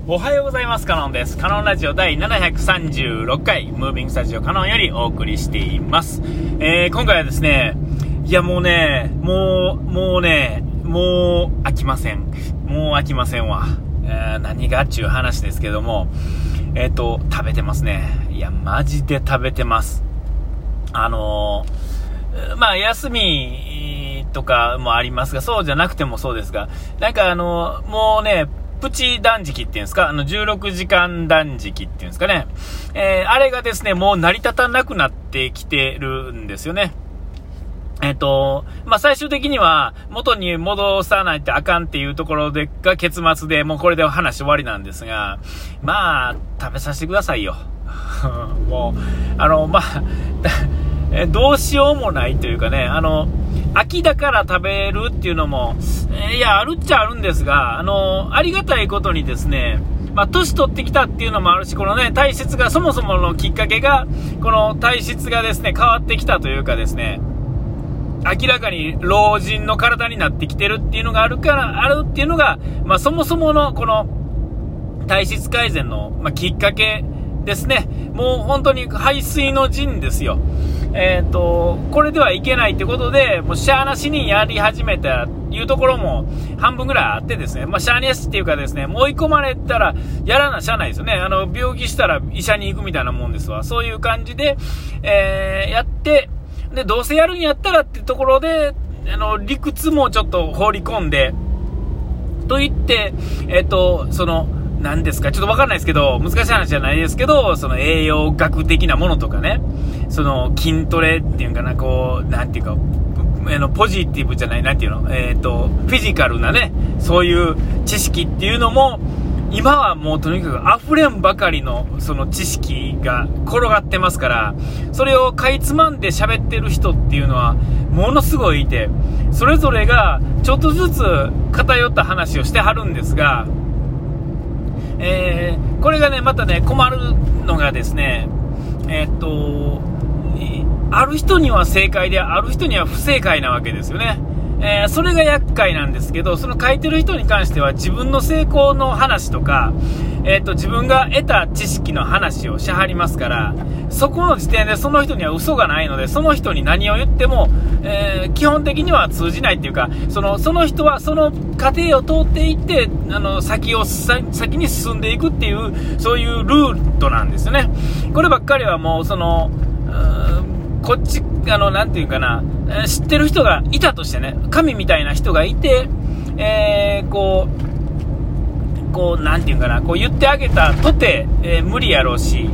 おはようございます。カノンです。カノンラジオ第736回ムービングスタジオカノンよりお送りしています。今回はですね、いやもう飽きません。もう飽きませんわ。何がっちゅう話ですけども、食べてますね。いやマジで食べてます。休みとかもありますが、そうじゃなくてもそうですが、もうね、プチ断食っていうんですか、16時間断食っていうんですかね、あれがですね、もう成り立たなくなってきてるんですよね。最終的には元に戻さないとあかんっていうところでが結末で、もうこれで話終わりなんですが、食べさせてくださいよ。もう、どうしようもないというかね、秋だから食べるっていうのも、あるっちゃあるんですが、ありがたいことにですね、年取ってきたっていうのもあるし、このね、体質が、そもそものきっかけが、この体質がですね、変わってきたというかですね、明らかに老人の体になってきてるっていうのがあるっていうのが、そもそものこの体質改善の、きっかけですね。もう本当に背水の陣ですよ。これではいけないってことで、もうしゃーなしにやり始めたいうところも半分ぐらいあってですね、しゃーなしっていうかですね、追い込まれたらやらなしゃあないですよね。病気したら医者に行くみたいなもんですわ。そういう感じで、やって、で、どうせやるんやったらってところで、理屈もちょっと放り込んで、と言って、何ですか、ちょっとわかんないですけど、難しい話じゃないですけど、その栄養学的なものとかね、その筋トレっていうかな、なんていうか、ポジティブじゃない、なんていうの、フィジカルなね、そういう知識っていうのも、今はもうとにかく溢れんばかりのその知識が転がってますから、それをかいつまんで喋ってる人っていうのはものすごいいて、それぞれがちょっとずつ偏った話をしてはるんですが、これがね、またね、困るのがですね、ある人には正解で、ある人には不正解なわけですよね。それが厄介なんですけど、その書いてる人に関しては自分の成功の話とか、自分が得た知識の話をしはりますから、そこの時点でその人には嘘がないので、その人に何を言っても、基本的には通じないっていうか、その人はその過程を通っていって、先に進んでいくっていう、そういうルートなんですよね。こればっかりはもうこっち、なんていうかな、知ってる人がいたとしてね、神みたいな人がいて、なんていうかな、言ってあげたとて、無理やろうし、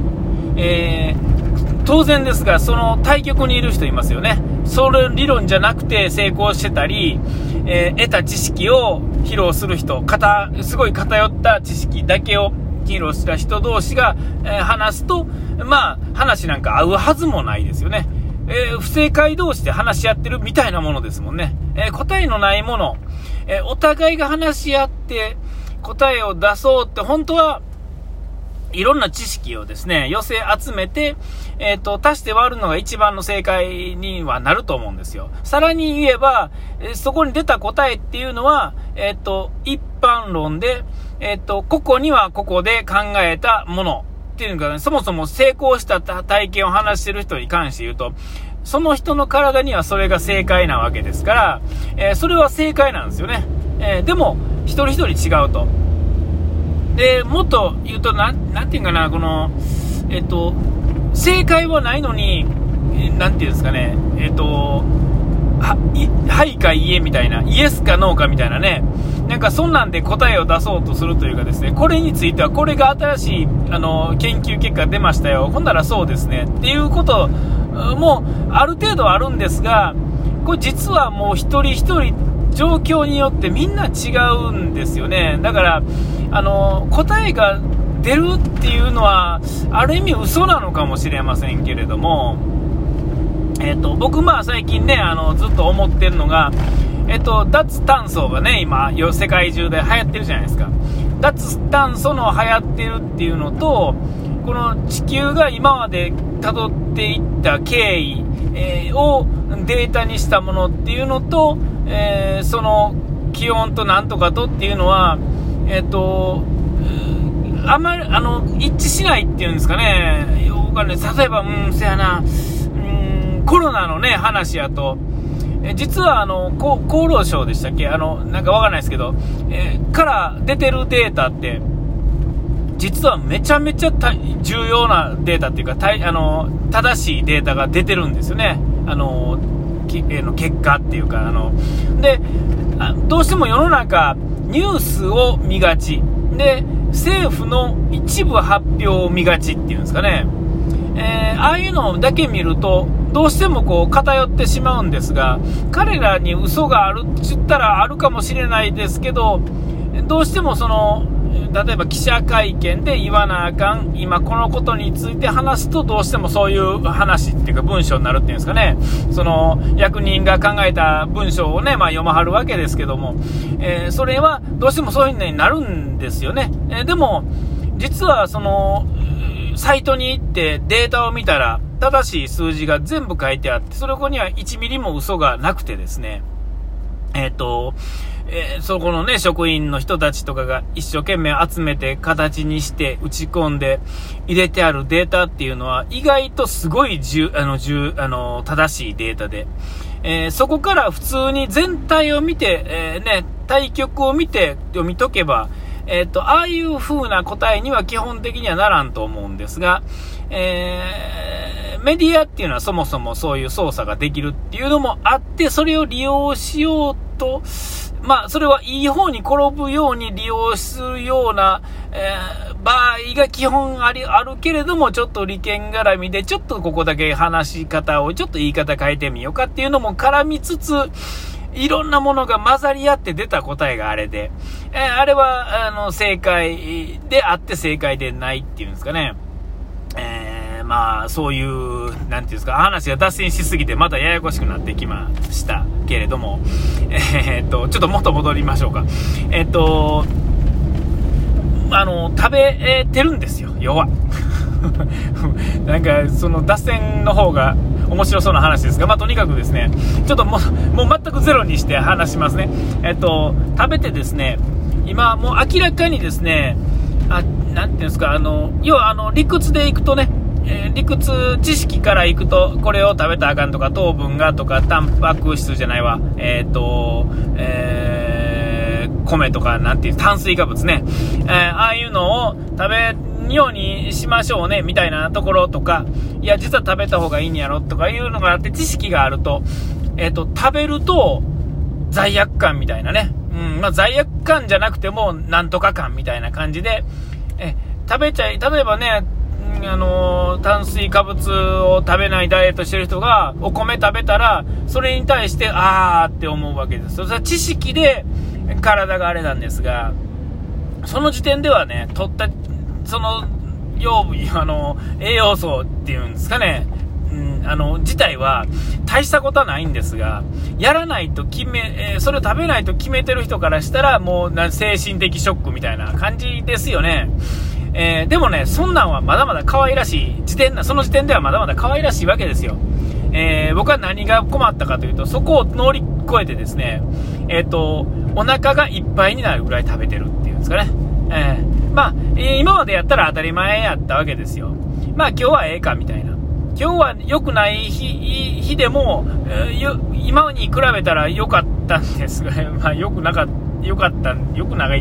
当然ですが、その対極にいる人いますよね。それ理論じゃなくて成功してたり、得た知識を披露する人、すごい偏った知識だけを披露した人同士が、話すと、話なんか合うはずもないですよね。不正解同士で話し合ってるみたいなものですもんね。答えのないもの、お互いが話し合って答えを出そうって、本当はいろんな知識をですね、寄せ集めて、足して割るのが一番の正解にはなると思うんですよ。さらに言えば、そこに出た答えっていうのは、一般論で、個々には個々で考えたものっていうのが、ね、そもそも成功した体験を話してる人に関して言うと、その人の体にはそれが正解なわけですから、それは正解なんですよね。でも一人一人違うと。でもっと言うと、なんていうかな、正解はないのに、なんていうんですかね、はいかいいえみたいな、イエスかノーかみたいなね、なんかそんなんで答えを出そうとするというかですね、これについてはこれが新しい研究結果出ましたよ、ほんならそうですねっていうこともある程度あるんですが、これ実はもう一人一人状況によってみんな違うんですよね。だから答えが出るっていうのはある意味嘘なのかもしれませんけれども、僕最近ね、ずっと思ってるのが、脱炭素がね、今世界中で流行ってるじゃないですか。脱炭素の流行ってるっていうのと、この地球が今まで辿っていった経緯、をデータにしたものっていうのと、その気温となんとかとっていうのは、 あまり一致しないっていうんですかね。例えばせやな、コロナのね話やと、実は厚労省でしたっけ、なんかわかんないですけど、から出てるデータって実はめちゃめちゃ重要なデータっていうか正しいデータが出てるんですよね。結果っていうかで、どうしても世の中ニュースを見がちで、政府の一部発表を見がちっていうんですかね。ああいうのだけ見るとどうしてもこう偏ってしまうんですが、彼らに嘘があるって言ったらあるかもしれないですけど、どうしても例えば記者会見で言わなあかん今このことについて話すと、どうしてもそういう話っていうか文章になるっていうんですかね。役人が考えた文章をね、読まはるわけですけども、それはどうしてもそういう風になるんですよね。でも実はサイトに行ってデータを見たら正しい数字が全部書いてあって、それこには1ミリも嘘がなくてですね、そこのね職員の人たちとかが一生懸命集めて形にして打ち込んで入れてあるデータっていうのは意外とすごい正しいデータで、そこから普通に全体を見て、対局を見て読み解けば、ああいう風な答えには基本的にはならんと思うんですが、メディアっていうのはそもそもそういう操作ができるっていうのもあって、それを利用しようと、それはいい方に転ぶように利用するような、場合が基本あるけれども、ちょっと利権絡みでちょっとここだけ話し方をちょっと言い方変えてみようかっていうのも絡みつつ、いろんなものが混ざり合って出た答えがあれで、あれは正解であって正解でないっていうんですかね。そういうなんていうんですか、話が脱線しすぎてまたややこしくなってきましたけれども、ちょっと元戻りましょうか。食べてるんですよ、要はなんか脱線の方が面白そうな話ですが、とにかくですね、ちょっともう全くゼロにして話しますね。食べてですね、今もう明らかにですね、なんていうんですか、要は理屈でいくとね、理屈知識からいくと、これを食べたらあかんとか、糖分がとか、タンパク質じゃないわ、米とかなんていう炭水化物ね、ああいうのを食べようにしましょうねみたいなところとか、いや実は食べた方がいいんやろとかいうのがあって、知識があると、食べると罪悪感みたいなね、罪悪感じゃなくてもなんとか感みたいな感じで、例えばね、炭水化物を食べないダイエットしてる人がお米食べたら、それに対してあーって思うわけです。それは知識で体があれなんですが、その時点ではね、取った栄養素っていうんですかね、自体は大したことはないんですが、やらないとそれを食べないと決めてる人からしたら、もう精神的ショックみたいな感じですよね。でもね、そんなんはまだまだ可愛らしいその時点ではまだまだ可愛らしいわけですよ。僕は何が困ったかというと、そこを乗り越えてですね、お腹がいっぱいになるぐらい食べてるっていうんですかね。今までやったら当たり前やったわけですよ。今日はええかみたいな。今日は良くない日でも、今に比べたら良かったんですが、良くない、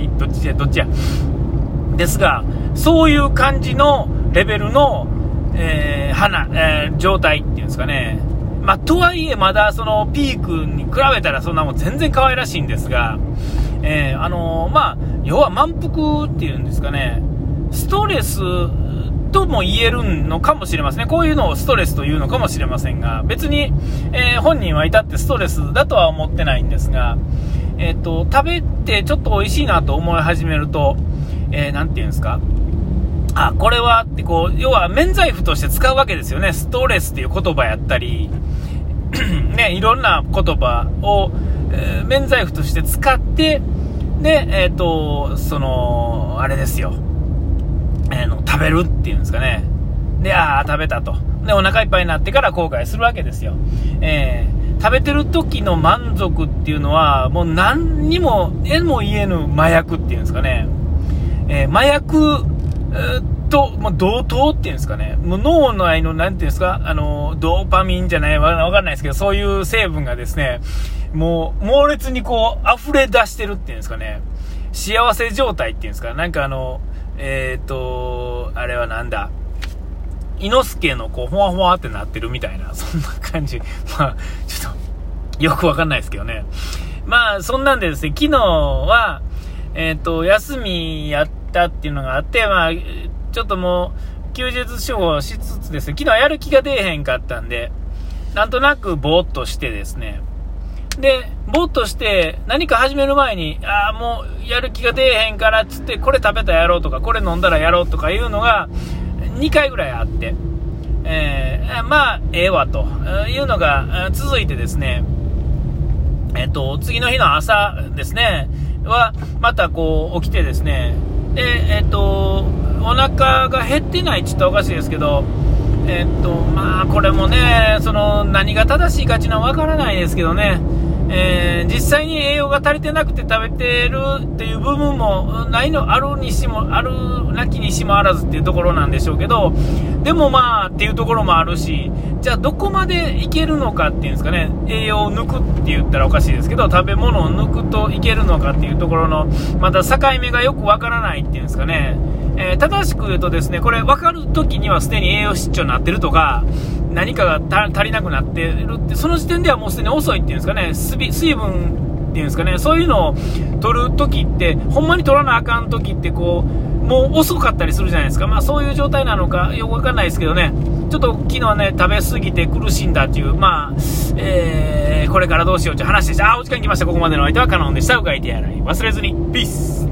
どっちや。ですが、そういう感じのレベルの、状態っていうんですかね。とはいえまだそのピークに比べたらそんなもん全然可愛らしいんですが、要は満腹っていうんですかね、ストレスとも言えるのかもしれませんね。こういうのをストレスというのかもしれませんが、別に、本人は至ってストレスだとは思ってないんですが、食べてちょっと美味しいなと思い始めると、なんていうんですか、これはって要は免罪符として使うわけですよね。ストレスっていう言葉やったりね、いろんな言葉を、免罪符として使って、であれですよ、食べるっていうんですかね。で、食べたと。で、お腹いっぱいになってから後悔するわけですよ。食べてる時の満足っていうのは、もう何にも言えぬ麻薬っていうんですかね。麻薬同等っていうんですかね、もう脳内のなんていうんですか、ドーパミンじゃないわかんないですけど、そういう成分がですね、もう猛烈にこう溢れ出してるっていうんですかね、幸せ状態っていうんですか、なんかあれはなんだ、伊之助のこうほわほわってなってるみたいな、そんな感じ。まあちょっとよくわかんないですけどね。まあそんなんでですね、昨日は休みやったっていうのがあって、まあちょっともう休日処方しつつですね、昨日やる気が出えへんかったんで、なんとなくぼーっとしてですね、でぼーっとして何か始める前に、もうやる気が出えへんからっつって、これ食べたらやろうとか、これ飲んだらやろうとかいうのが2回ぐらいあって、まあええわというのが続いてですね、次の日の朝ですねはまたこう起きてですね、でお腹が減ってないって言ったらおかしいですけど、まあこれもね、その何が正しいかっていうのはわからないですけどね、実際に栄養が足りてなくて食べてるっていう部分もないの、あるなきにしもあらずっていうところなんでしょうけど、でもまあっていうところもあるし、じゃあどこまでいけるのかっていうんですかね、栄養を抜くって言ったらおかしいですけど、食べ物を抜くといけるのかっていうところのまた境目がよくわからないっていうんですかね、正しく言うとですね、これ分かるときにはすでに栄養失調になってるとか、何かが足りなくなってるって、その時点ではもうすでに遅いっていうんですかね、水分っていうんですかね、そういうのを取るときって、ほんまに取らなあかんときってこうもう遅かったりするじゃないですか。まあそういう状態なのかよく分かんないですけどね、ちょっと昨日ね食べ過ぎて苦しんだっていう、まあ、これからどうしようって話でした。お時間来ました。ここまでの相手はカノンでした。うがいてやらい忘れずに。ピース。